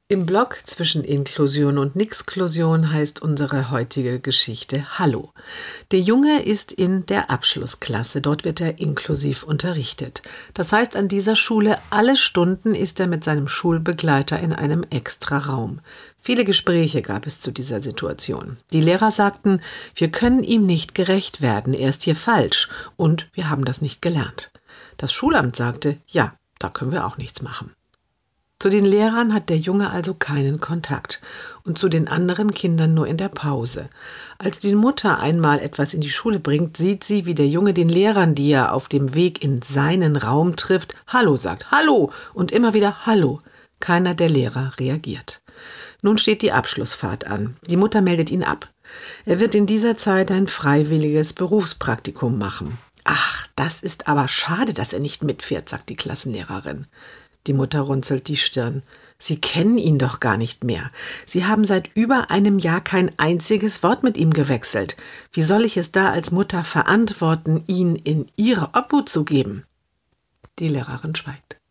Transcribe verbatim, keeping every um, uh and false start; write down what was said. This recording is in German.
Im Block zwischen Inklusion und Nixklusion heißt unsere heutige Geschichte Hallo. Der Junge ist in der Abschlussklasse, dort wird er inklusiv unterrichtet. Das heißt, an dieser Schule alle Stunden ist er mit seinem Schulbegleiter in einem Extraraum. Viele Gespräche gab es zu dieser Situation. Die Lehrer sagten, wir können ihm nicht gerecht werden, er ist hier falsch und wir haben das nicht gelernt. Das Schulamt sagte, ja, da können wir auch nichts machen. Zu den Lehrern hat der Junge also keinen Kontakt und zu den anderen Kindern nur in der Pause. Als die Mutter einmal etwas in die Schule bringt, sieht sie, wie der Junge den Lehrern, die er auf dem Weg in seinen Raum trifft, Hallo sagt, Hallo und immer wieder Hallo. Keiner der Lehrer reagiert. Nun steht die Abschlussfahrt an. Die Mutter meldet ihn ab. Er wird in dieser Zeit ein freiwilliges Berufspraktikum machen. Ach, das ist aber schade, dass er nicht mitfährt, sagt die Klassenlehrerin. Die Mutter runzelt die Stirn. Sie kennen ihn doch gar nicht mehr. Sie haben seit über einem Jahr kein einziges Wort mit ihm gewechselt. Wie soll ich es da als Mutter verantworten, ihn in Ihre Obhut zu geben? Die Lehrerin schweigt.